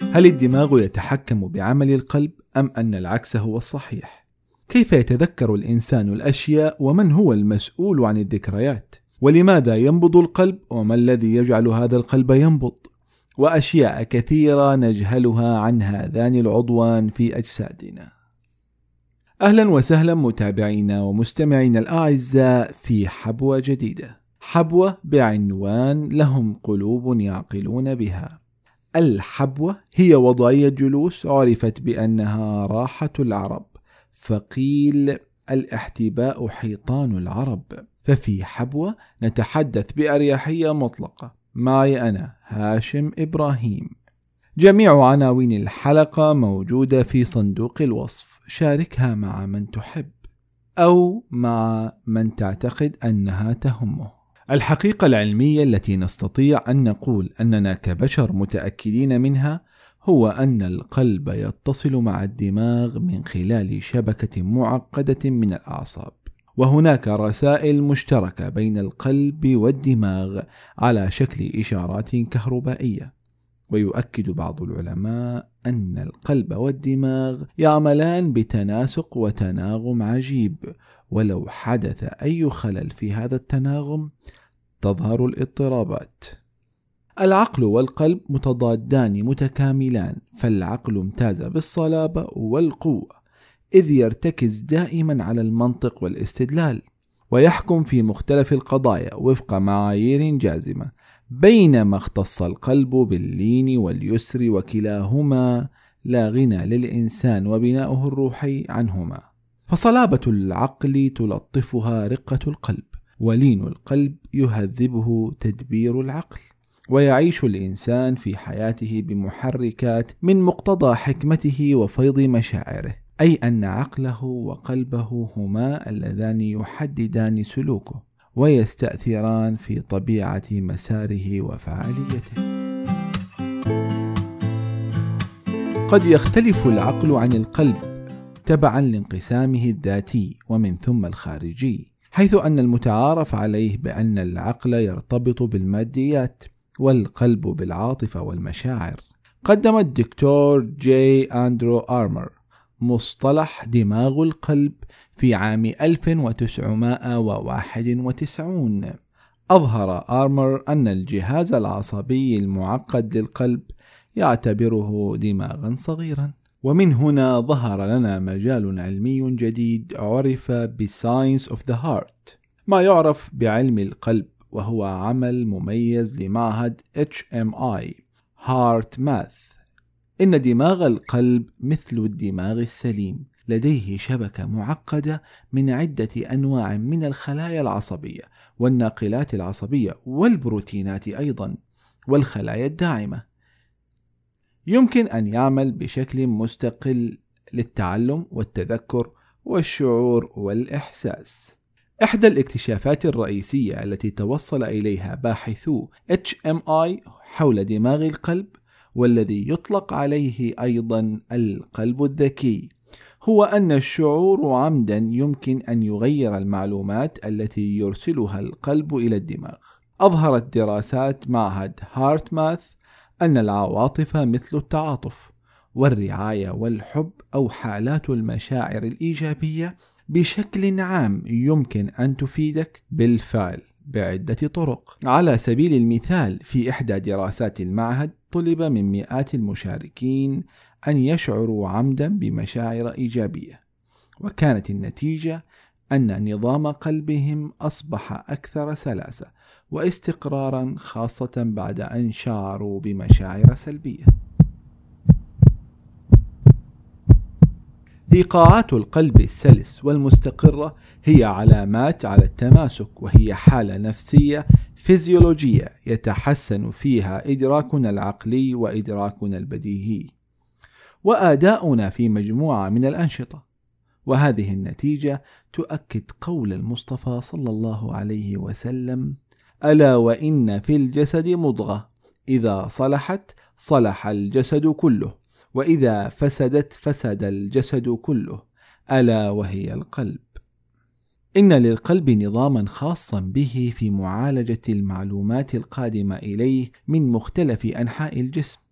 هل الدماغ يتحكم بعمل القلب أم أن العكس هو الصحيح؟ كيف يتذكر الإنسان الأشياء ومن هو المسؤول عن الذكريات؟ ولماذا ينبض القلب وما الذي يجعل هذا القلب ينبض؟ وأشياء كثيرة نجهلها عن هذان العضوان في أجسادنا. أهلا وسهلا متابعينا ومستمعينا الأعزاء في حبوة جديدة، حبوة بعنوان لهم قلوب يعقلون بها. الحبوة هي وضعية جلوس عرفت بأنها راحة العرب، فقيل الاحتباء حيطان العرب. ففي حبوة نتحدث بأريحية مطلقة. معي أنا هاشم إبراهيم. جميع عناوين الحلقة موجودة في صندوق الوصف، شاركها مع من تحب أو مع من تعتقد أنها تهمه. الحقيقة العلمية التي نستطيع أن نقول أننا كبشر متأكدين منها هو أن القلب يتصل مع الدماغ من خلال شبكة معقدة من الأعصاب، وهناك رسائل مشتركة بين القلب والدماغ على شكل إشارات كهربائية. ويؤكد بعض العلماء أن القلب والدماغ يعملان بتناسق وتناغم عجيب، ولو حدث أي خلل في هذا التناغم تظهر الاضطرابات. العقل والقلب متضادان متكاملان، فالعقل امتاز بالصلابة والقوة إذ يرتكز دائما على المنطق والاستدلال، ويحكم في مختلف القضايا وفق معايير جازمة، بينما اختص القلب باللين واليسر، وكلاهما لا غنى للإنسان وبناؤه الروحي عنهما. فصلابة العقل تلطفها رقة القلب، ولين القلب يهذبه تدبير العقل، ويعيش الإنسان في حياته بمحركات من مقتضى حكمته وفيض مشاعره، أي أن عقله وقلبه هما اللذان يحددان سلوكه ويستأثران في طبيعة مساره وفعاليته. قد يختلف العقل عن القلب تبعا لانقسامه الذاتي ومن ثم الخارجي، حيث أن المتعارف عليه بأن العقل يرتبط بالماديات والقلب بالعاطفة والمشاعر. قدم الدكتور جي أندرو آرمر مصطلح دماغ القلب في عام 1991. أظهر آرمر أن الجهاز العصبي المعقد للقلب يعتبره دماغا صغيرا، ومن هنا ظهر لنا مجال علمي جديد عرف بساينس اوف ذا هارت، ما يعرف بعلم القلب، وهو عمل مميز لمعهد HMI Heart Math. إن دماغ القلب مثل الدماغ السليم، لديه شبكة معقدة من عدة أنواع من الخلايا العصبية والناقلات العصبية والبروتينات أيضا والخلايا الداعمة. يمكن أن يعمل بشكل مستقل للتعلم والتذكر والشعور والإحساس. إحدى الاكتشافات الرئيسية التي توصل إليها باحثو HMI حول دماغ القلب، والذي يطلق عليه أيضا القلب الذكي، هو أن الشعور عمدا يمكن أن يغير المعلومات التي يرسلها القلب إلى الدماغ. أظهرت دراسات معهد هارت ماث أن العواطف مثل التعاطف والرعاية والحب أو حالات المشاعر الإيجابية بشكل عام يمكن أن تفيدك بالفعل بعدة طرق. على سبيل المثال، في إحدى دراسات المعهد طلب من مئات المشاركين أن يشعروا عمدا بمشاعر إيجابية، وكانت النتيجة أن نظام قلبهم أصبح أكثر سلاسة واستقرارا، خاصة بعد أن شعروا بمشاعر سلبية. إيقاعات القلب السلس والمستقرة هي علامات على التماسك، وهي حالة نفسية فيزيولوجية يتحسن فيها إدراكنا العقلي وإدراكنا البديهي وأداؤنا في مجموعة من الأنشطة. وهذه النتيجة تؤكد قول المصطفى صلى الله عليه وسلم: ألا وإن في الجسد مضغة إذا صلحت صلح الجسد كله، وإذا فسدت فسد الجسد كله، ألا وهي القلب. إن للقلب نظاما خاصا به في معالجة المعلومات القادمة إليه من مختلف أنحاء الجسم،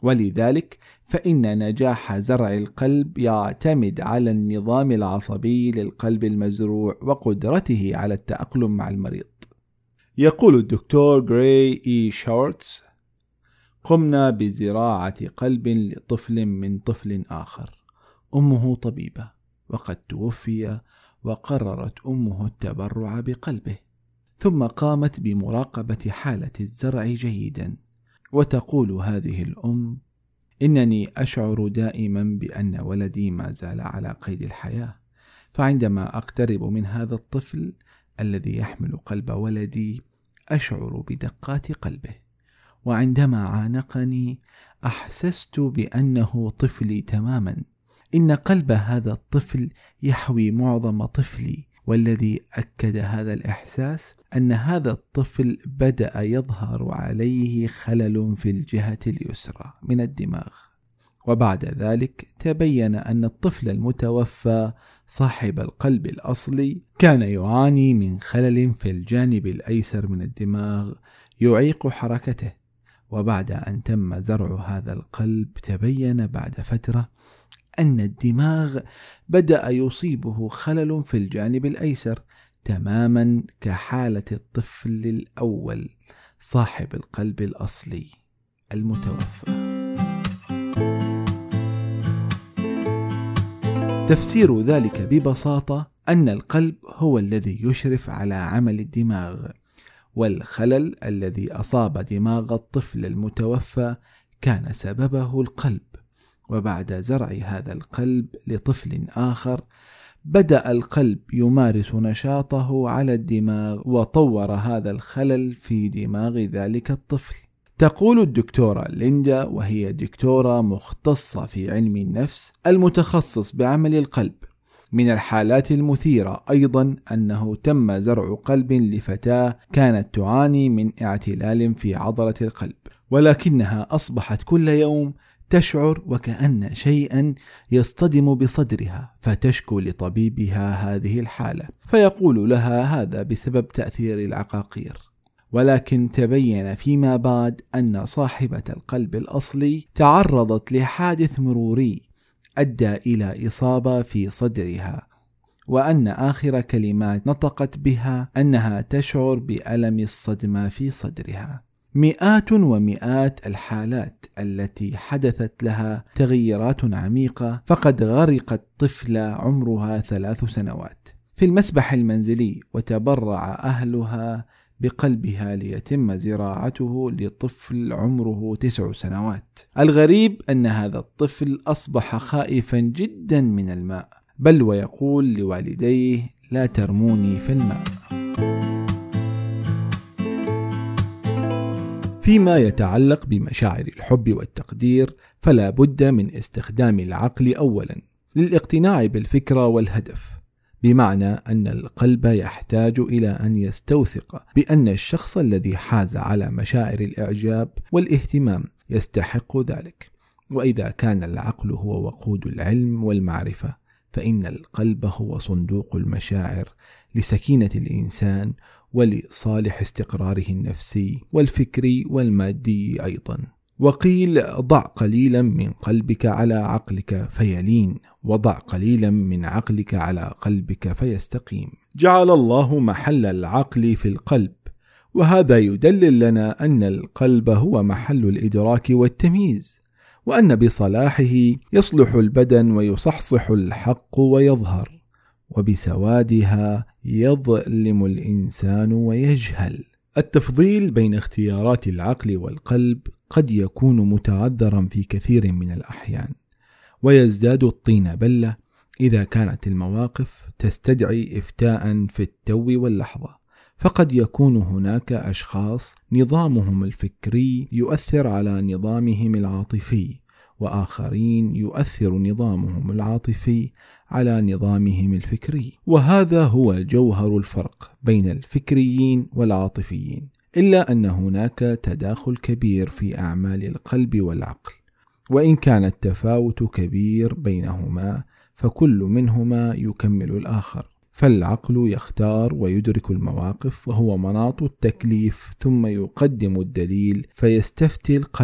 ولذلك فإن نجاح زرع القلب يعتمد على النظام العصبي للقلب المزروع وقدرته على التأقلم مع المريض. يقول الدكتور غراي إي شورتز: قمنا بزراعة قلب لطفل من طفل آخر، أمه طبيبة وقد توفي، وقررت أمه التبرع بقلبه، ثم قامت بمراقبة حالة الزرع جيدا، وتقول هذه الأم: إنني أشعر دائما بأن ولدي ما زال على قيد الحياة، فعندما أقترب من هذا الطفل الذي يحمل قلب ولدي أشعر بدقات قلبه، وعندما عانقني أحسست بأنه طفلي تماما. إن قلب هذا الطفل يحوي معظم طفلي، والذي أكد هذا الإحساس أن هذا الطفل بدأ يظهر عليه خلل في الجهة اليسرى من الدماغ. وبعد ذلك تبين أن الطفل المتوفى صاحب القلب الأصلي كان يعاني من خلل في الجانب الأيسر من الدماغ يعيق حركته. وبعد أن تم زرع هذا القلب تبين بعد فترة أن الدماغ بدأ يصيبه خلل في الجانب الأيسر تماما كحالة الطفل الأول صاحب القلب الأصلي المتوفى. تفسير ذلك ببساطة أن القلب هو الذي يشرف على عمل الدماغ، والخلل الذي أصاب دماغ الطفل المتوفى كان سببه القلب. وبعد زرع هذا القلب لطفل آخر بدأ القلب يمارس نشاطه على الدماغ، وطور هذا الخلل في دماغ ذلك الطفل. تقول الدكتورة ليندا، وهي دكتورة مختصة في علم النفس المتخصص بعمل القلب: من الحالات المثيرة أيضا أنه تم زرع قلب لفتاة كانت تعاني من اعتلال في عضلة القلب، ولكنها أصبحت كل يوم تشعر وكأن شيئا يصطدم بصدرها، فتشكو لطبيبها هذه الحالة، فيقول لها هذا بسبب تأثير العقاقير. ولكن تبين فيما بعد أن صاحبة القلب الأصلي تعرضت لحادث مروري أدى إلى إصابة في صدرها، وأن آخر كلمات نطقت بها أنها تشعر بألم الصدمة في صدرها. مئات ومئات الحالات التي حدثت لها تغيرات عميقة، فقد غرقت طفلة عمرها 3 سنوات في المسبح المنزلي، وتبرع أهلها بقلبها ليتم زراعته لطفل عمره 9 سنوات. الغريب أن هذا الطفل أصبح خائفا جدا من الماء، بل ويقول لوالديه: لا ترموني في الماء. فيما يتعلق بمشاعر الحب والتقدير، فلا بد من استخدام العقل أولا للاقتناع بالفكرة والهدف، بمعنى أن القلب يحتاج إلى أن يستوثق بأن الشخص الذي حاز على مشاعر الإعجاب والاهتمام يستحق ذلك. وإذا كان العقل هو وقود العلم والمعرفة، فإن القلب هو صندوق المشاعر لسكينة الإنسان ولصالح استقراره النفسي والفكري والمادي أيضا. وقيل: ضع قليلا من قلبك على عقلك فيلين، وضع قليلا من عقلك على قلبك فيستقيم. جعل الله محل العقل في القلب، وهذا يدلل لنا أن القلب هو محل الإدراك والتمييز، وأن بصلاحه يصلح البدن ويصحصح الحق ويظهر، وبسوادها يظلم الإنسان ويجهل. التفضيل بين اختيارات العقل والقلب قد يكون متعذرا في كثير من الأحيان، ويزداد الطين بلة إذا كانت المواقف تستدعي إفتاء في التو واللحظة. فقد يكون هناك أشخاص نظامهم الفكري يؤثر على نظامهم العاطفي، وآخرين يؤثر نظامهم العاطفي على نظامهم الفكري، وهذا هو جوهر الفرق بين الفكريين والعاطفيين، إلا أن هناك تداخل كبير في أعمال القلب والعقل، وإن كان التفاوت كبير بينهما فكل منهما يكمل الآخر. فالعقل يختار ويدرك المواقف وهو مناط التكليف، ثم يقدم الدليل فيستفتي القلب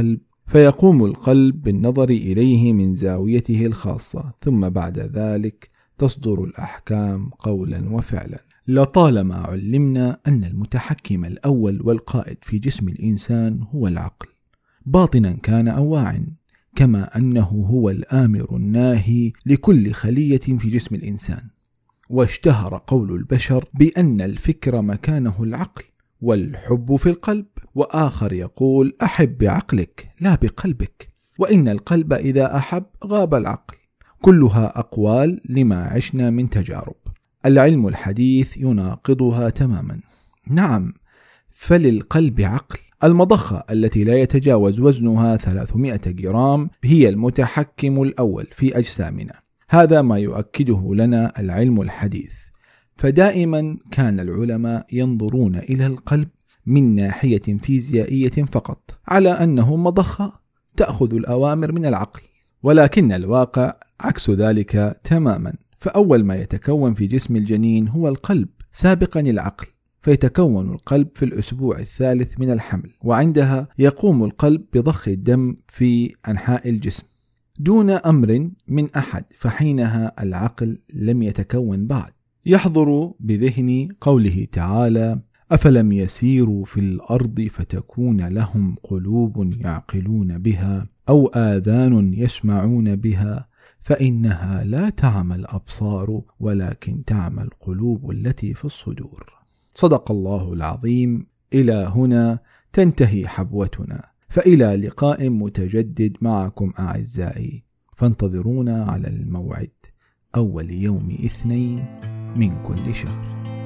فيقوم القلب بالنظر إليه من زاويته الخاصة، ثم بعد ذلك تصدر الأحكام قولا وفعلا. لطالما علمنا أن المتحكم الأول والقائد في جسم الإنسان هو العقل، باطنا كان أو واعٍ، كما أنه هو الآمر الناهي لكل خلية في جسم الإنسان. واشتهر قول البشر بأن الفكر مكانه العقل والحب في القلب، وآخر يقول أحب بعقلك لا بقلبك، وإن القلب إذا أحب غاب العقل. كلها أقوال لما عشنا من تجارب. العلم الحديث يناقضها تماما. نعم، فللقلب عقل. المضخة التي لا يتجاوز وزنها 300 جرام هي المتحكم الأول في أجسامنا، هذا ما يؤكده لنا العلم الحديث. فدائما كان العلماء ينظرون إلى القلب من ناحية فيزيائية فقط، على أنه مضخة تأخذ الأوامر من العقل، ولكن الواقع عكس ذلك تماما. فأول ما يتكون في جسم الجنين هو القلب سابقا العقل، فيتكون القلب في الأسبوع الثالث من الحمل، وعندها يقوم القلب بضخ الدم في أنحاء الجسم دون أمر من أحد، فحينها العقل لم يتكون بعد. يحضر بذهني قوله تعالى: أفلم يسيروا في الأرض فتكون لهم قلوب يعقلون بها أو آذان يسمعون بها فإنها لا تعمى الأبصار ولكن تعمى القلوب التي في الصدور. صدق الله العظيم. إلى هنا تنتهي حبوتنا، فإلى لقاء متجدد معكم أعزائي، فانتظرونا على الموعد أول يوم 2 من كل شهر.